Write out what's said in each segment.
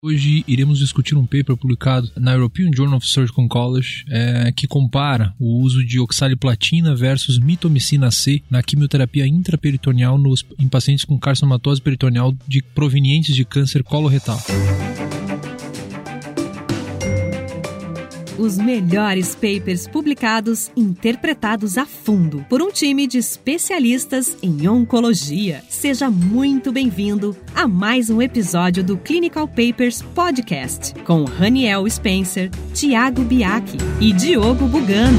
Hoje iremos discutir um paper publicado na European Journal of Surgical Oncology que compara o uso de oxaliplatina versus mitomicina C na quimioterapia intraperitoneal em pacientes com carcinomatose peritoneal provenientes de câncer coloretal. Os melhores papers publicados, interpretados a fundo por um time de especialistas em oncologia. Seja muito bem-vindo a mais um episódio do Clinical Papers Podcast, com Raniel Spencer, Thiago Biaki e Diogo Bugano.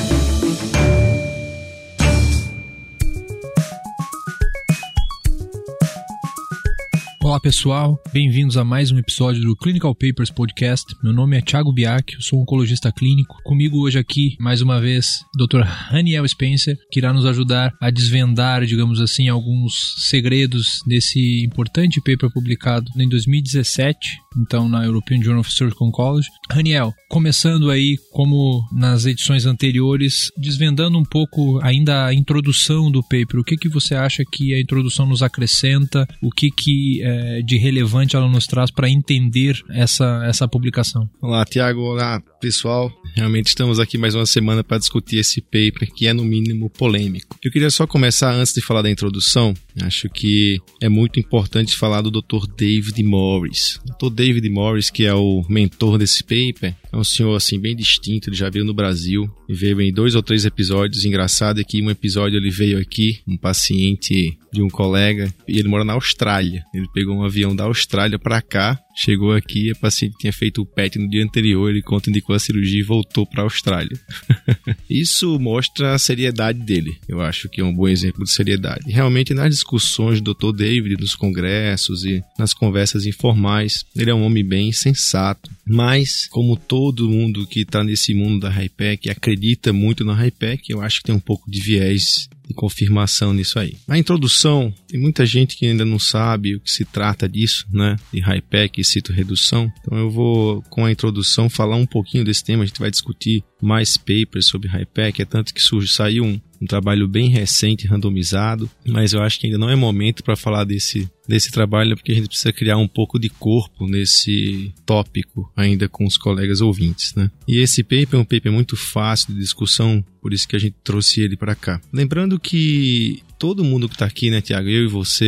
Olá pessoal, bem-vindos a mais um episódio do Clinical Papers Podcast. Meu nome é Thiago Biaki, eu sou oncologista clínico. Comigo hoje aqui, mais uma vez, o Dr. Raniel Spencer, que irá nos ajudar a desvendar, digamos assim, alguns segredos desse importante paper publicado em 2017, então na European Journal of Surgical Oncology. Raniel, começando aí, como nas edições anteriores, desvendando um pouco ainda a introdução do paper. O que você acha que a introdução nos acrescenta? O que de relevante ela nos traz para entender essa publicação? Olá, Thiago. Olá, pessoal. Realmente estamos aqui mais uma semana para discutir esse paper que é, no mínimo, polêmico. Eu queria só começar, antes de falar da introdução, acho que é muito importante falar do Dr. David Morris. O Dr. David Morris, que é o mentor desse paper, é um senhor assim bem distinto, ele já veio no Brasil e veio em 2 ou 3 episódios. Engraçado é que um episódio ele veio aqui, um paciente de um colega, e ele mora na Austrália. Ele pegou um avião da Austrália para cá, chegou aqui, a paciente tinha feito o PET no dia anterior, ele contraindicou a cirurgia e voltou para a Austrália. Isso mostra a seriedade dele. Eu acho que é um bom exemplo de seriedade. Realmente, nas discussões do Dr. David, nos congressos e nas conversas informais, ele é um homem bem sensato. Mas, como todo mundo que está nesse mundo da HIPEC acredita muito na HIPEC, eu acho que tem um pouco de viés de confirmação nisso aí. A introdução, tem muita gente que ainda não sabe o que se trata disso, né? De HIPEC e citoredução. Então eu vou, com a introdução, falar um pouquinho desse tema. A gente vai discutir mais papers sobre HIPEC. É tanto que saiu um trabalho bem recente, randomizado, mas eu acho que ainda não é momento para falar desse trabalho, porque a gente precisa criar um pouco de corpo nesse tópico ainda com os colegas ouvintes, né? E esse paper é um paper muito fácil de discussão, por isso que a gente trouxe ele para cá. Lembrando que todo mundo que está aqui, né, Thiago, eu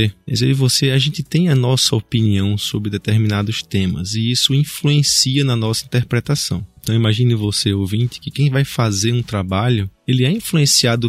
e você, a gente tem a nossa opinião sobre determinados temas e isso influencia na nossa interpretação. Então imagine você, ouvinte, que quem vai fazer um trabalho, ele é influenciado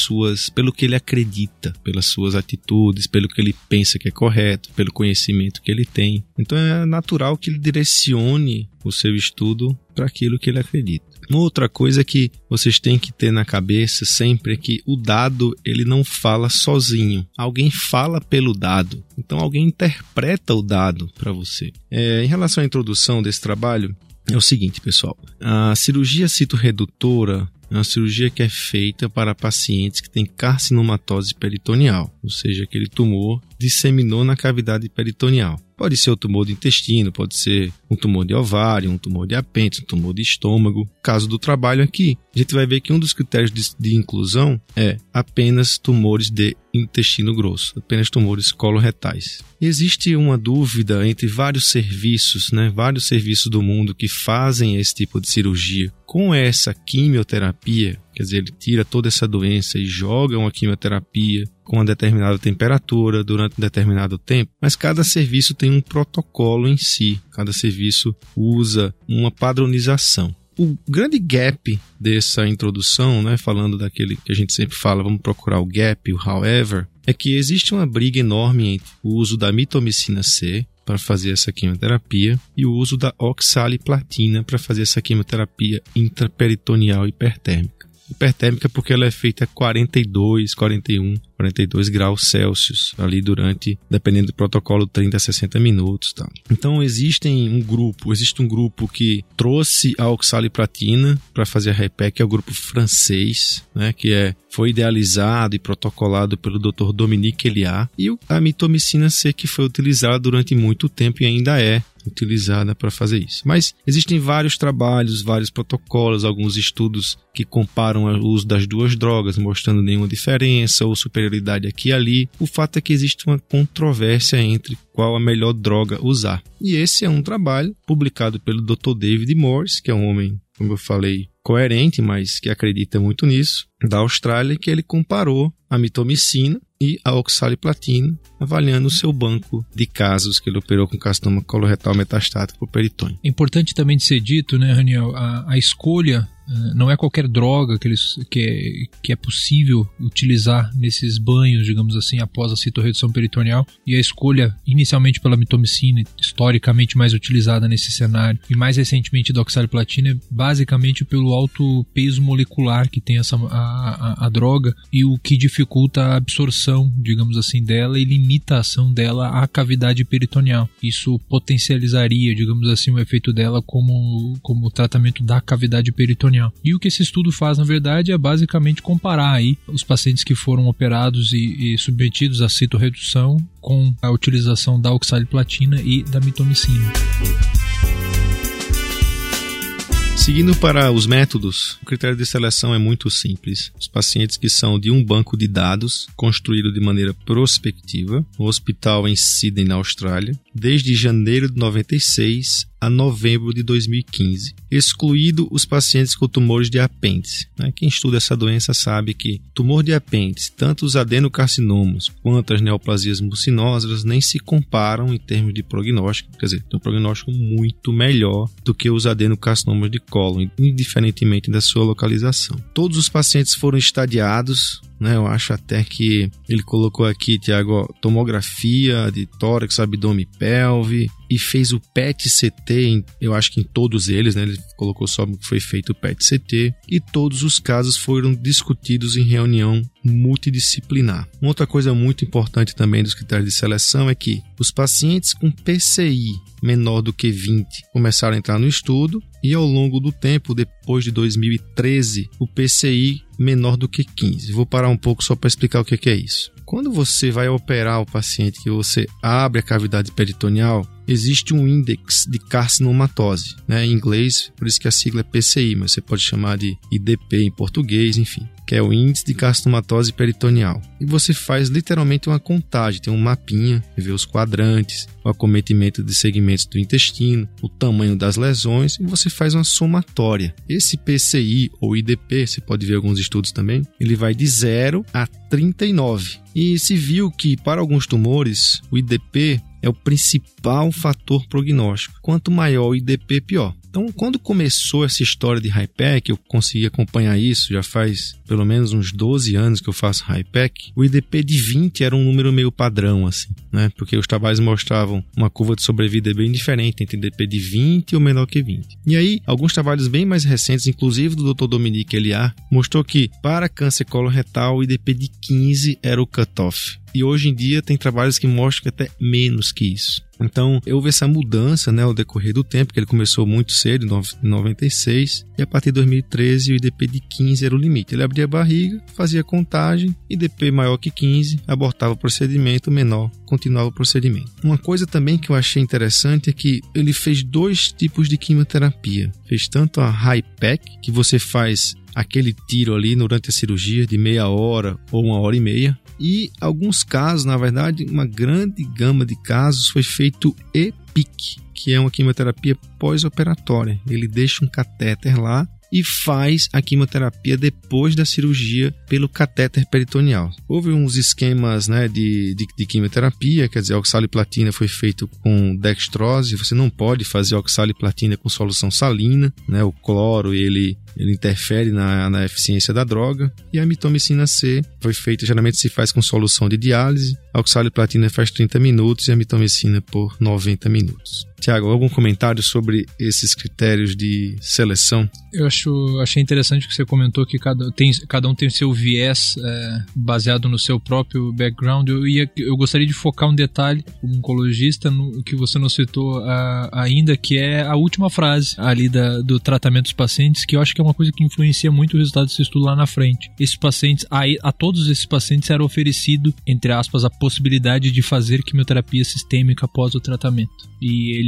pelo que ele acredita, pelas suas atitudes, pelo que ele pensa que é correto, pelo conhecimento que ele tem. Então é natural que ele direcione o seu estudo para aquilo que ele acredita. Uma outra coisa que vocês têm que ter na cabeça sempre é que o dado ele não fala sozinho. Alguém fala pelo dado. Então alguém interpreta o dado para você. Em relação à introdução desse trabalho, é o seguinte, pessoal. A cirurgia citoredutora é uma cirurgia que é feita para pacientes que têm carcinomatose peritoneal, ou seja, aquele tumor disseminou na cavidade peritoneal. Pode ser o tumor do intestino, pode ser um tumor de ovário, um tumor de apêndice, um tumor de estômago. No caso do trabalho aqui, a gente vai ver que um dos critérios de inclusão é apenas tumores de intestino grosso, apenas tumores coloretais. E existe uma dúvida entre vários serviços, vários serviços do mundo que fazem esse tipo de cirurgia com essa quimioterapia, quer dizer, ele tira toda essa doença e joga uma quimioterapia com uma determinada temperatura durante um determinado tempo, mas cada serviço tem um protocolo em si, cada serviço usa uma padronização. O grande gap dessa introdução, falando daquele que a gente sempre fala, vamos procurar o gap, o however, é que existe uma briga enorme entre o uso da mitomicina C para fazer essa quimioterapia e o uso da oxaliplatina para fazer essa quimioterapia intraperitoneal hipertérmica. Hipertérmica porque ela é feita a 42, 41, 42 graus Celsius, ali durante, dependendo do protocolo, 30 a 60 minutos. Tá? Então existe um grupo que trouxe a oxaliplatina para fazer a HIPEC, que é o grupo francês, que foi idealizado e protocolado pelo Dr. Dominique Eliat, e a mitomicina C, que foi utilizada durante muito tempo e ainda é utilizada para fazer isso. Mas existem vários trabalhos, vários protocolos, alguns estudos que comparam o uso das duas drogas, mostrando nenhuma diferença ou superioridade aqui e ali. O fato é que existe uma controvérsia entre qual a melhor droga usar. E esse é um trabalho publicado pelo Dr. David Morse, que é um homem, como eu falei, coerente, mas que acredita muito nisso, da Austrália, que ele comparou a mitomicina e a oxaliplatina, avaliando o seu banco de casos que ele operou com carcinoma coloretal metastático por peritônio. É importante também de ser dito, né, Raniel, a escolha não é qualquer droga que é possível utilizar nesses banhos, digamos assim, após a citorredução peritoneal, e a escolha inicialmente pela mitomicina, historicamente mais utilizada nesse cenário, e mais recentemente da oxaliplatina, é basicamente pelo alto peso molecular que tem a droga e o que dificulta a absorção, digamos assim, dela e limita a ação dela à cavidade peritoneal. Isso potencializaria, digamos assim, o efeito dela como tratamento da cavidade peritoneal. E o que esse estudo faz, na verdade, é basicamente comparar aí os pacientes que foram operados e submetidos à citorredução com a utilização da oxaliplatina e da mitomicina. Seguindo para os métodos, o critério de seleção é muito simples. Os pacientes que são de um banco de dados construído de maneira prospectiva no hospital em Sydney, na Austrália, desde janeiro de 96 a novembro de 2015, excluído os pacientes com tumores de apêndice. Quem estuda essa doença sabe que tumor de apêndice, tanto os adenocarcinomas quanto as neoplasias mucinosas, nem se comparam em termos de prognóstico, quer dizer, tem um prognóstico muito melhor do que os adenocarcinomas de cólon, indiferentemente da sua localização. Todos os pacientes foram estadiados, eu acho até que ele colocou aqui, Tiago, tomografia de tórax, abdômen e pelve, e fez o PET-CT, eu acho que em todos eles, ele colocou só que foi feito o PET-CT, e todos os casos foram discutidos em reunião multidisciplinar. Uma outra coisa muito importante também dos critérios de seleção é que os pacientes com PCI menor do que 20 começaram a entrar no estudo, e ao longo do tempo, depois de 2013, o PCI menor do que 15. Vou parar um pouco só para explicar o que é isso. Quando você vai operar o paciente, que você abre a cavidade peritoneal, existe um índice de carcinomatose, em inglês, por isso que a sigla é PCI, mas você pode chamar de IDP em português, enfim, que é o índice de carcinomatose peritoneal. E você faz literalmente uma contagem, tem um mapinha, vê os quadrantes, o acometimento de segmentos do intestino, o tamanho das lesões, e você faz uma somatória. Esse PCI ou IDP, você pode ver alguns estudos também, ele vai de 0 a 39. E se viu que para alguns tumores, o IDP é o principal fator prognóstico. Quanto maior o IDP, pior. Então, quando começou essa história de HIPEC, eu consegui acompanhar isso, já faz pelo menos uns 12 anos que eu faço HIPEC, o IDP de 20 era um número meio padrão, assim, porque os trabalhos mostravam uma curva de sobrevida bem diferente entre IDP de 20 ou menor que 20. E aí, alguns trabalhos bem mais recentes, inclusive do Dr. Dominique Eliar, mostrou que para câncer coloretal, o IDP de 15 era o cutoff. E hoje em dia tem trabalhos que mostram que até menos que isso. Então, houve essa mudança, ao decorrer do tempo, que ele começou muito cedo, em 96, e a partir de 2013 o IDP de 15 era o limite. Ele abria a barriga, fazia contagem, IDP maior que 15, abortava o procedimento, menor, continuava o procedimento. Uma coisa também que eu achei interessante é que ele fez 2 tipos de quimioterapia. Fez tanto a HIPEC, que você faz aquele tiro ali durante a cirurgia de meia hora ou 1h30, e alguns casos, na verdade, uma grande gama de casos foi feito EPIC, que é uma quimioterapia pós-operatória. Ele deixa um catéter lá e faz a quimioterapia depois da cirurgia pelo catéter peritoneal. Houve uns esquemas de quimioterapia, quer dizer, a oxaliplatina foi feito com dextrose, você não pode fazer oxaliplatina com solução salina, o cloro ele interfere na eficiência da droga, e a mitomicina C foi feita, geralmente se faz com solução de diálise, a oxaliplatina faz 30 minutos e a mitomicina por 90 minutos. Tiago, algum comentário sobre esses critérios de seleção? Eu achei interessante que você comentou que cada um tem o seu viés baseado no seu próprio background. Eu gostaria de focar um detalhe como oncologista no que você não citou ainda, que é a última frase ali do tratamento dos pacientes, que eu acho que é uma coisa que influencia muito o resultado desse estudo lá na frente. Esses pacientes, a todos esses pacientes era oferecido, entre aspas, a possibilidade de fazer quimioterapia sistêmica após o tratamento. E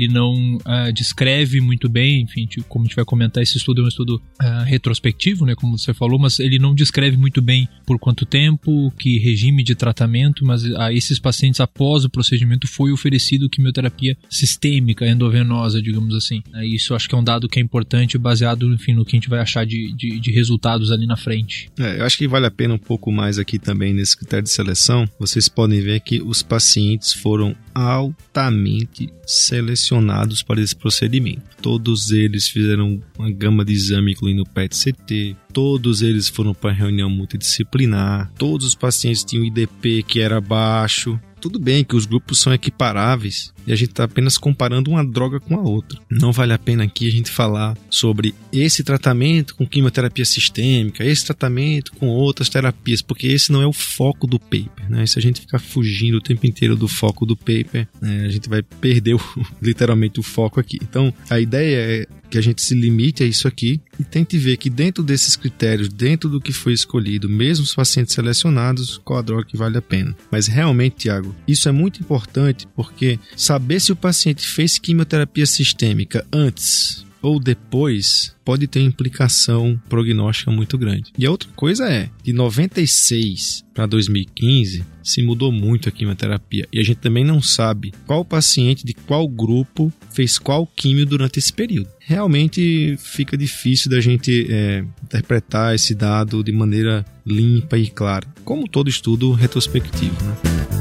ele não descreve muito bem, enfim, como a gente vai comentar, esse estudo é um estudo retrospectivo, né, como você falou, mas ele não descreve muito bem por quanto tempo, que regime de tratamento, mas a esses pacientes, após o procedimento, foi oferecido quimioterapia sistêmica, endovenosa, digamos assim. Isso acho que é um dado que é importante, baseado, enfim, no que a gente vai achar de resultados ali na frente. Eu acho que vale a pena um pouco mais aqui também nesse critério de seleção. Vocês podem ver que os pacientes foram altamente selecionados para esse procedimento. Todos eles fizeram uma gama de exame incluindo PET-CT, todos eles foram para reunião multidisciplinar, todos os pacientes tinham IDP que era baixo. Tudo bem que os grupos são equiparáveis e a gente está apenas comparando uma droga com a outra. Não vale a pena aqui a gente falar sobre esse tratamento com quimioterapia sistêmica, esse tratamento com outras terapias, porque esse não é o foco do paper, né? Se a gente ficar fugindo o tempo inteiro do foco do paper, a gente vai perder literalmente o foco aqui. Então, a ideia é que a gente se limite a isso aqui e tente ver que dentro desses critérios, dentro do que foi escolhido, mesmo os pacientes selecionados, qual a droga que vale a pena. Mas realmente, Tiago, isso é muito importante porque saber se o paciente fez quimioterapia sistêmica antes ou depois pode ter implicação prognóstica muito grande. E a outra coisa é, de 96 para 2015, se mudou muito a quimioterapia. E a gente também não sabe qual paciente de qual grupo fez qual químio durante esse período. Realmente fica difícil da gente interpretar esse dado de maneira limpa e clara, como todo estudo retrospectivo, né?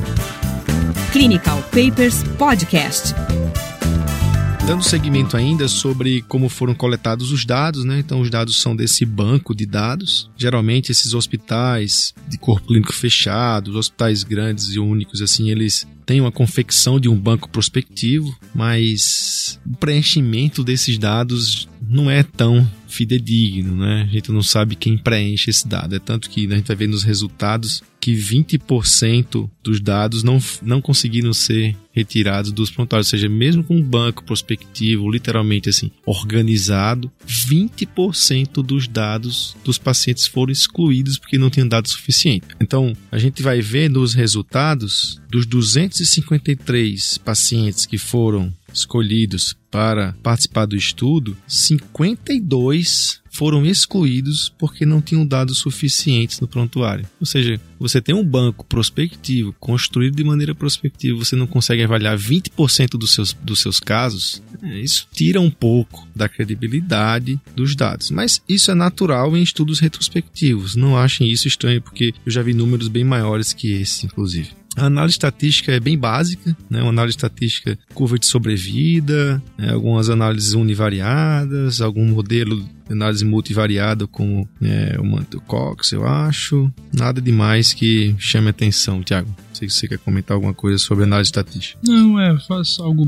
Clinical Papers Podcast. Dando seguimento ainda sobre como foram coletados os dados, né? Então os dados são desse banco de dados. Geralmente esses hospitais de corpo clínico fechado, os hospitais grandes e únicos, assim, eles têm uma confecção de um banco prospectivo, mas o preenchimento desses dados não é tão fidedigno, né? A gente não sabe quem preenche esse dado. É tanto que a gente vai ver nos resultados que 20% dos dados não conseguiram ser retirados dos prontuários. Ou seja, mesmo com um banco prospectivo, literalmente assim, organizado, 20% dos dados dos pacientes foram excluídos porque não tinham dados suficientes. Então, a gente vai ver nos resultados dos 253 pacientes que foram escolhidos para participar do estudo, 52 foram excluídos porque não tinham dados suficientes no prontuário. Ou seja, você tem um banco prospectivo, construído de maneira prospectiva, você não consegue avaliar 20% dos seus casos, isso tira um pouco da credibilidade dos dados. Mas isso é natural em estudos retrospectivos. Não achem isso estranho, porque eu já vi números bem maiores que esse, inclusive. A análise estatística é bem básica, né? Uma análise estatística, curva de sobrevida, algumas análises univariadas, algum modelo de análise multivariada como o Mantel-Cox, eu acho. Nada demais que chame atenção, Tiago. Não sei se você quer comentar alguma coisa sobre análise estatística. Não, faz algo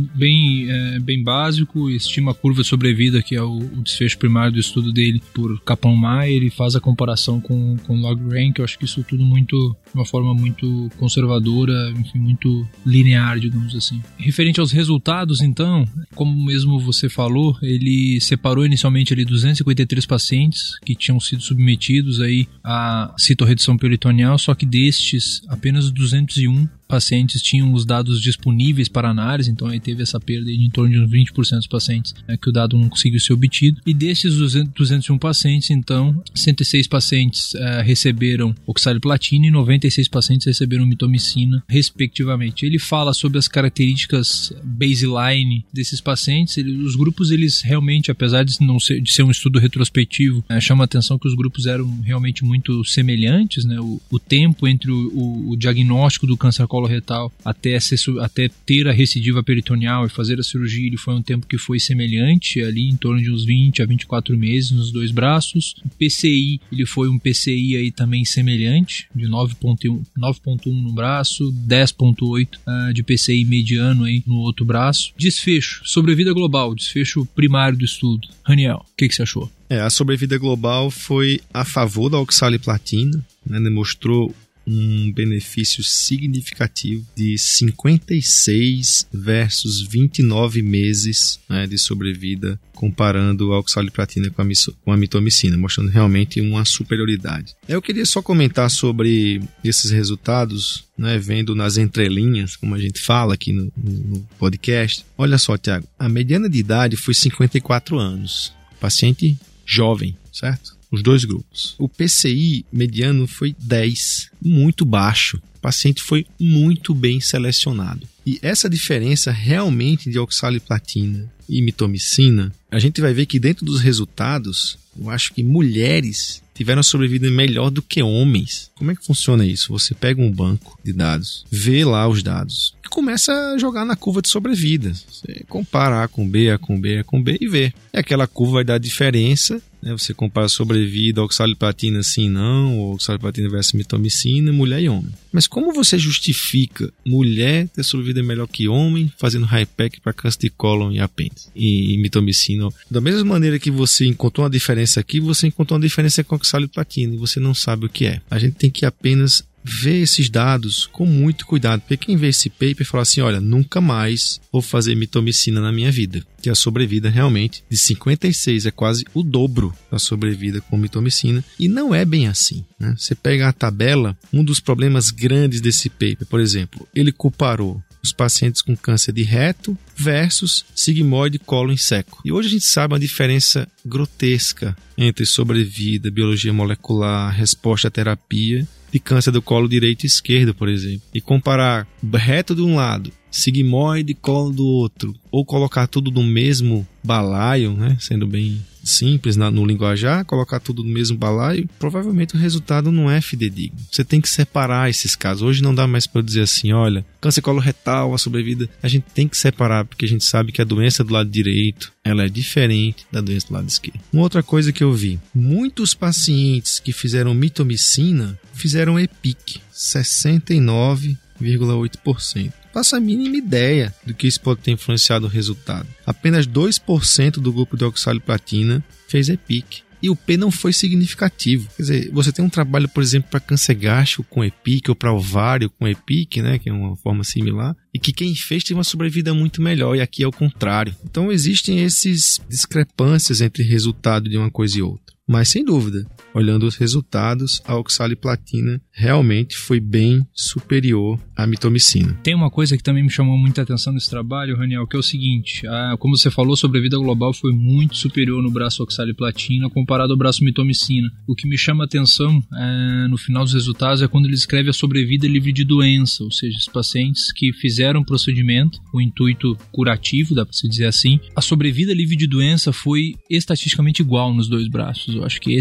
bem básico, estima a curva de sobrevida, que é o desfecho primário do estudo dele por Kaplan-Meier, e faz a comparação com log-rank. Eu acho que isso tudo de uma forma muito conservadora, enfim, muito linear, digamos assim. Referente aos resultados, então, como mesmo você falou, ele separou inicialmente ali 253 pacientes que tinham sido submetidos aí à citorredução peritoneal, só que destes, apenas 201 pacientes tinham os dados disponíveis para análise, então aí teve essa perda de em torno de uns 20% dos pacientes que o dado não conseguiu ser obtido. E desses 201 pacientes, então, 106 pacientes receberam oxaliplatina e 96 pacientes receberam mitomicina, respectivamente. Ele fala sobre as características baseline desses pacientes. Os grupos, eles realmente, apesar de ser um estudo retrospectivo, chama a atenção que os grupos eram realmente muito semelhantes, né? O tempo entre o diagnóstico do câncer coloretal até ter a recidiva peritoneal e fazer a cirurgia, ele foi um tempo que foi semelhante, ali em torno de uns 20 a 24 meses nos dois braços. O PCI, ele foi um PCI aí também semelhante, de 9.1 no braço, 10.8 de PCI mediano aí no outro braço. Desfecho, sobrevida global, desfecho primário do estudo. Raniel, o que você achou? A sobrevida global foi a favor da oxaliplatina, né? Demonstrou um benefício significativo de 56 versus 29 meses, né, de sobrevida, comparando a oxaliplatina com a mitomicina, mostrando realmente uma superioridade. Eu queria só comentar sobre esses resultados, né, vendo nas entrelinhas, como a gente fala aqui no podcast. Olha só, Tiago, a mediana de idade foi 54 anos. Paciente jovem, certo? Os dois grupos. O PCI mediano foi 10, muito baixo. O paciente foi muito bem selecionado. E essa diferença realmente de oxaliplatina e mitomicina, a gente vai ver que dentro dos resultados, eu acho que mulheres tiveram sobrevida melhor do que homens. Como é que funciona isso? Você pega um banco de dados, vê lá os dados e começa a jogar na curva de sobrevida. Você compara A com B, A com B, A com B e vê. E aquela curva vai dar diferença, né? Você compara sobrevida, oxaliplatina sim, não, ou oxaliplatina versus mitomicina, mulher e homem. Mas como você justifica mulher ter sobrevida melhor que homem fazendo high-pack para câncer de cólon e apêndice e mitomicina? Da mesma maneira que você encontrou uma diferença aqui, você encontrou uma diferença com oxaliplatina e você não sabe o que é. A gente tem que apenas ver esses dados com muito cuidado, porque quem vê esse paper fala assim, olha, nunca mais vou fazer mitomicina na minha vida, que a sobrevida realmente de 56 é quase o dobro da sobrevida com mitomicina, e não é bem assim, né? Você pega a tabela, um dos problemas grandes desse paper, por exemplo, ele comparou os pacientes com câncer de reto versus sigmoide cólon seco. E hoje a gente sabe uma diferença grotesca entre sobrevida, biologia molecular, resposta à terapia de câncer do colo direito e esquerdo, por exemplo. E comparar reto de um lado, sigmoide colo do outro, ou colocar tudo no mesmo balaio, né? Sendo bem simples no linguajar, colocar tudo no mesmo balaio, provavelmente o resultado não é fidedigno. Você tem que separar esses casos. Hoje não dá mais para eu dizer assim, olha, câncer coloretal, a sobrevida, a gente tem que separar, porque a gente sabe que a doença do lado direito, ela é diferente da doença do lado esquerdo. Uma outra coisa que eu vi, muitos pacientes que fizeram mitomicina fizeram EPIC, 69,8%. Faça a mínima ideia do que isso pode ter influenciado o resultado. Apenas 2% do grupo de oxaliplatina fez EPIC. E o P não foi significativo. Quer dizer, você tem um trabalho, por exemplo, para câncer gástrico com EPIC ou para ovário com EPIC, né, que é uma forma similar, e que quem fez teve uma sobrevida muito melhor, e aqui é o contrário. Então existem essas discrepâncias entre resultado de uma coisa e outra. Mas, sem dúvida, olhando os resultados, a oxaliplatina realmente foi bem superior à mitomicina. Tem uma coisa que também me chamou muita atenção nesse trabalho, Raniel, que é o seguinte, como você falou, a sobrevida global foi muito superior no braço oxaliplatina comparado ao braço mitomicina. O que me chama a atenção no final dos resultados é quando ele escreve a sobrevida livre de doença, ou seja, os pacientes que fizeram o procedimento, o intuito curativo, dá para se dizer assim, a sobrevida livre de doença foi estatisticamente igual nos dois braços. Eu acho que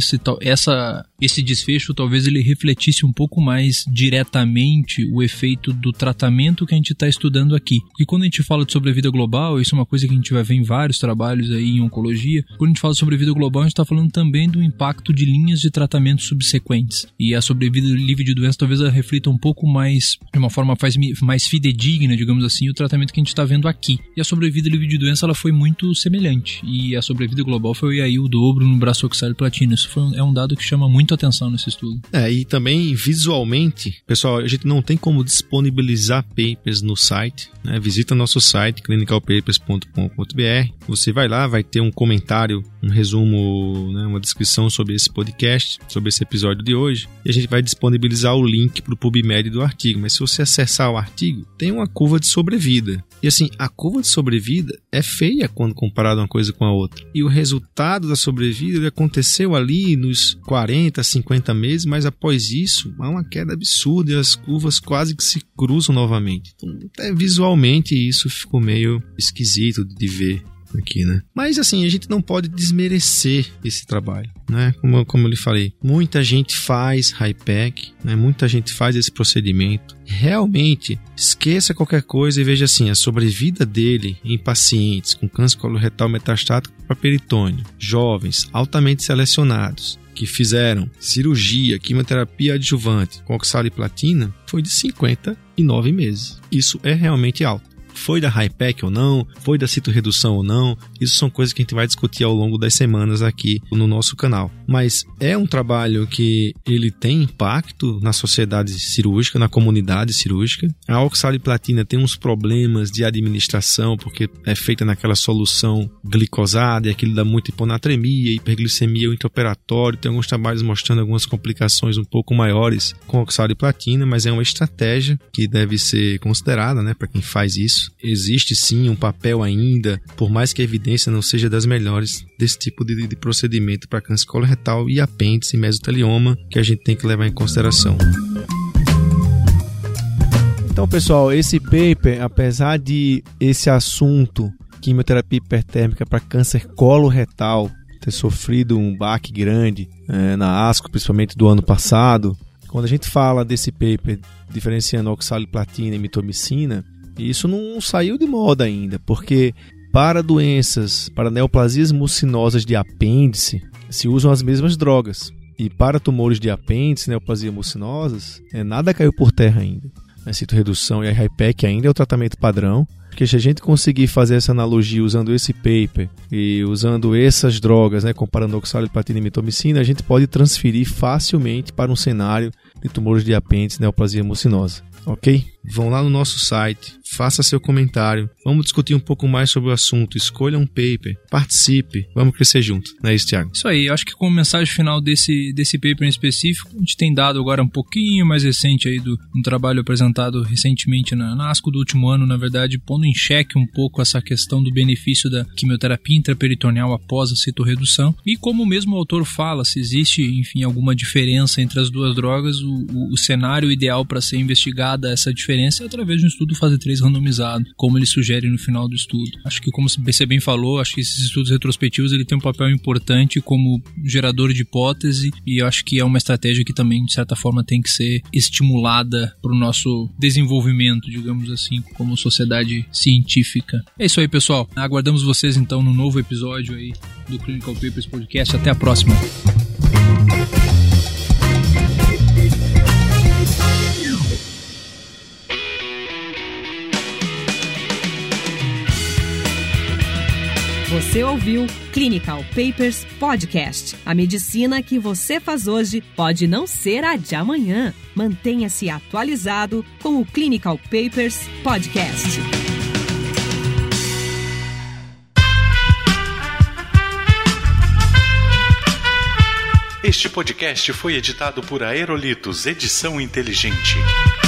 esse desfecho talvez ele refletisse um pouco mais diretamente o efeito do tratamento que a gente está estudando aqui. E quando a gente fala de sobrevida global, isso é uma coisa que a gente vai ver em vários trabalhos aí em oncologia, quando a gente fala de sobrevida global, a gente está falando também do impacto de linhas de tratamento subsequentes. E a sobrevida livre de doença talvez ela reflita um pouco mais, de uma forma mais fidedigna, digamos assim, o tratamento que a gente está vendo aqui. E a sobrevida livre de doença ela foi muito semelhante. E a sobrevida global foi aí o dobro no braço oxaliplatina. Isso é um dado que chama muito atenção nesse estudo. E também visualmente, pessoal, a gente não tem como disponibilizar papers no site, né? Visita nosso site, clinicalpapers.com.br. Você vai lá, vai ter um comentário, um resumo, né? Uma descrição sobre esse podcast, sobre esse episódio de hoje, e a gente vai disponibilizar o link para o PubMed do artigo. Mas se você acessar o artigo, tem uma curva de sobrevida. E assim, a curva de sobrevida é feia quando comparada uma coisa com a outra. E o resultado da sobrevida ele aconteceu ali nos 40, 50 meses, mas após isso há uma queda absurda e as curvas quase que se cruzam novamente. Então, até visualmente isso ficou meio esquisito de ver aqui, né? Mas assim, a gente não pode desmerecer esse trabalho, né? Como eu lhe falei, muita gente faz high-pack, né? Muita gente faz esse procedimento. Realmente, esqueça qualquer coisa e veja assim, a sobrevida dele em pacientes com câncer coloretal metastático para peritônio, jovens, altamente selecionados, que fizeram cirurgia, quimioterapia adjuvante com oxaliplatina, foi de 59 meses. Isso é realmente alto. foi da HiPEC ou não, foi da citorredução ou não. Isso são coisas que a gente vai discutir ao longo das semanas aqui no nosso canal. Mas é um trabalho que ele tem impacto na sociedade cirúrgica, na comunidade cirúrgica. A oxaliplatina tem uns problemas de administração, porque é feita naquela solução glicosada e aquilo dá muita hiponatremia, hiperglicemia intraoperatório. Tem alguns trabalhos mostrando algumas complicações um pouco maiores com oxaliplatina, mas é uma estratégia que deve ser considerada, né, para quem faz isso. Existe sim um papel ainda, por mais que a evidência não seja das melhores, desse tipo de procedimento para câncer coloretal e apêndice e mesotelioma, que a gente tem que levar em consideração. Então, pessoal, esse paper, apesar de esse assunto, quimioterapia hipertérmica para câncer coloretal, ter sofrido um baque grande na ASCO, principalmente do ano passado, quando a gente fala desse paper diferenciando oxaliplatina e mitomicina, isso não saiu de moda ainda, porque para doenças, para neoplasias mucinosas de apêndice, se usam as mesmas drogas. E para tumores de apêndice, neoplasias mucinosas, nada caiu por terra ainda. A citorredução e a HiPEC ainda é o tratamento padrão, porque se a gente conseguir fazer essa analogia usando esse paper e usando essas drogas, né, comparando oxaliplatina e mitomicina, a gente pode transferir facilmente para um cenário de tumores de apêndice e neoplasia mucinosa. Ok? Vão lá no nosso site, faça seu comentário, vamos discutir um pouco mais sobre o assunto, escolha um paper, participe, vamos crescer junto, não é isso, Thiago? Isso aí, eu acho que como mensagem final desse paper em específico, a gente tem dado agora um pouquinho mais recente aí do um trabalho apresentado recentemente na ASCO do último ano, na verdade, pondo em xeque um pouco essa questão do benefício da quimioterapia intraperitoneal após a citorredução, e como mesmo o autor fala, se existe, enfim, alguma diferença entre as duas drogas, o cenário ideal para ser investigada essa diferença é através de um estudo fase 3 randomizado, como ele sugere no final do estudo. Acho que, como você bem falou, acho que esses estudos retrospectivos ele tem um papel importante como gerador de hipótese, e eu acho que é uma estratégia que também, de certa forma, tem que ser estimulada para o nosso desenvolvimento, digamos assim, como sociedade científica. É isso aí, pessoal. Aguardamos vocês, então, no novo episódio aí do Clinical Papers Podcast. Até a próxima. Você ouviu Clinical Papers Podcast. A medicina que você faz hoje pode não ser a de amanhã. Mantenha-se atualizado com o Clinical Papers Podcast. Este podcast foi editado por Aerolitos Edição Inteligente.